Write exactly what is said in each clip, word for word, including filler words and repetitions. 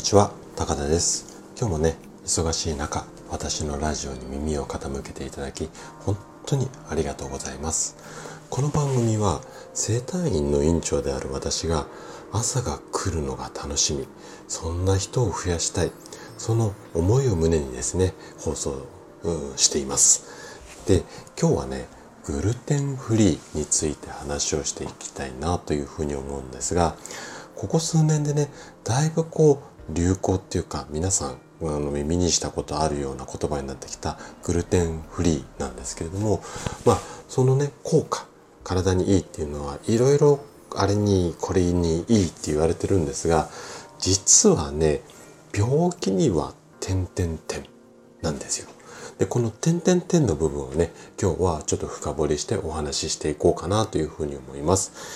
ちは、高田です。今日もね、忙しい中、私のラジオに耳を傾けていただき、本当にありがとうございます。この番組は、整体院の院長である私が、朝が来るのが楽しみ、そんな人を増やしたい、その思いを胸にですね、放送しています。で、今日はね、グルテンフリーについて話をしていきたいなというふうに思うんですが、ここ数年でね、だいぶこう流行っていうか、皆さんあの耳にしたことあるような言葉になってきたグルテンフリーなんですけれども、まあそのね効果、体にいいっていうのはいろいろあれにこれにいいって言われてるんですが、実はね、病気には点々点なんですよ。で、この点々点の部分をね、今日はちょっと深掘りしてお話ししていこうかなというふうに思います。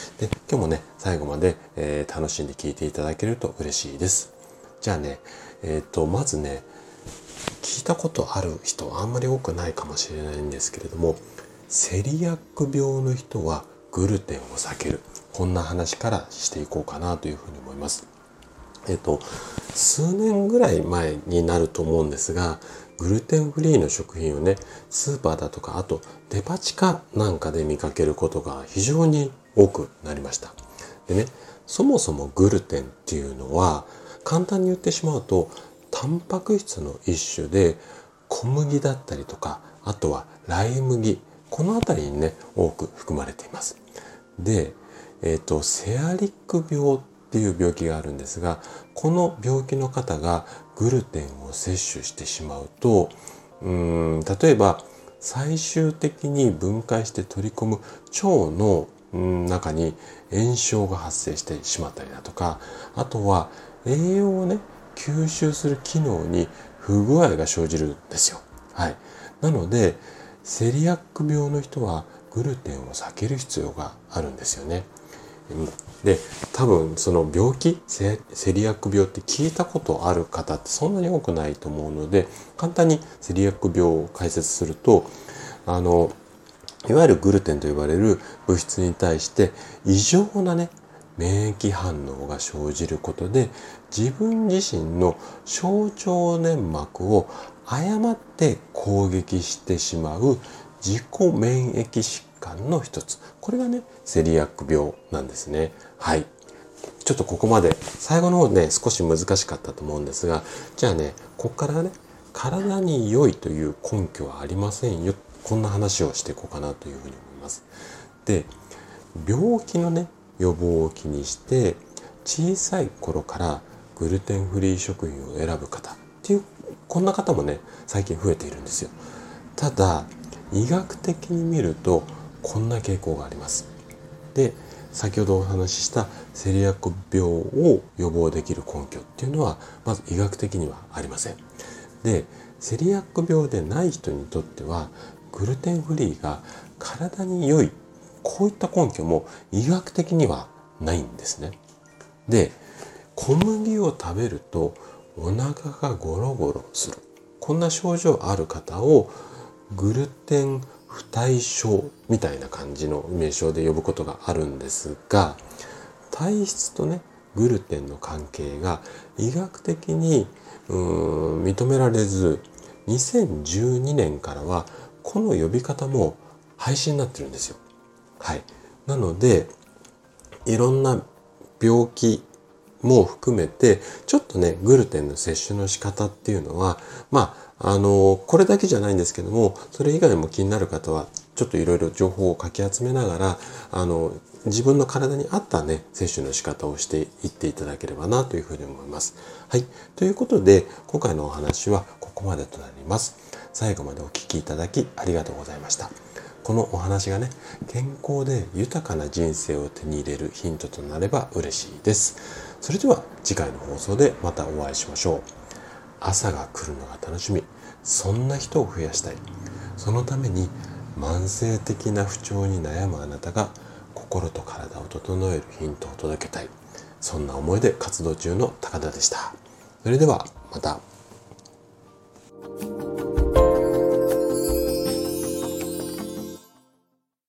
で、今日もね、最後まで、えー、楽しんで聞いていただけると嬉しいです。じゃあね、えっと、まずね、聞いたことある人はあんまり多くないかもしれないんですけれども、セリアック病の人はグルテンを避ける。こんな話からしていこうかなというふうに思います。えっと、数年ぐらい前になると思うんですが、グルテンフリーの食品をね、スーパーだとか、あとデパ地下なんかで見かけることが非常に多くなりました。でね、そもそもグルテンっていうのは、簡単に言ってしまうと、タンパク質の一種で、小麦だったりとか、あとはライ麦、このあたりにね、多く含まれています。で、えっと、セアリック病っていう病気があるんですが、この病気の方がグルテンを摂取してしまうと、うーん例えば最終的に分解して取り込む腸の中に炎症が発生してしまったりだとか、あとは栄養をね吸収する機能に不具合が生じるんですよ。はい。なのでセリアック病の人はグルテンを避ける必要があるんですよね。で、多分その病気、セリアック病って聞いたことある方ってそんなに多くないと思うので、簡単にセリアック病を解説すると、あのいわゆるグルテンと呼ばれる物質に対して異常なね免疫反応が生じることで、自分自身の小腸粘膜を誤って攻撃してしまう自己免疫疾患の一つ、これがねセリアック病なんですね。はい。ちょっとここまで最後の方ね少し難しかったと思うんですが、じゃあねここからね体に良いという根拠はありませんよ、こんな話をしていこうかなというふうに思います。で、病気のね予防を気にして小さい頃からグルテンフリー食品を選ぶ方っていう、こんな方もね最近増えているんですよ。ただ医学的に見るとこんな傾向があります。で、先ほどお話ししたセリアック病を予防できる根拠っていうのはまず医学的にはありません。で、セリアック病でない人にとってはグルテンフリーが体に良い、こういった根拠も医学的にはないんですね。で、小麦を食べるとお腹がゴロゴロする、こんな症状ある方をグルテン不耐症みたいな感じの名称で呼ぶことがあるんですが、体質とねグルテンの関係が医学的にうーん認められず、にせんじゅうにねんからはこの呼び方も廃止になってるんですよ。はい。なのでいろんな病気も含めてちょっとねグルテンの摂取の仕方っていうのは、まああのこれだけじゃないんですけども、それ以外も気になる方はちょっといろいろ情報をかき集めながら、あの自分の体に合ったね摂取の仕方をしていっていただければなというふうに思います。はい。ということで今回のお話はここまでとなります。最後までお聞きいただきありがとうございました。このお話がね、健康で豊かな人生を手に入れるヒントとなれば嬉しいです。それでは次回の放送でまたお会いしましょう。朝が来るのが楽しみ、そんな人を増やしたい。そのために慢性的な不調に悩むあなたが心と体を整えるヒントを届けたい。そんな思いで活動中の高田でした。それではまた。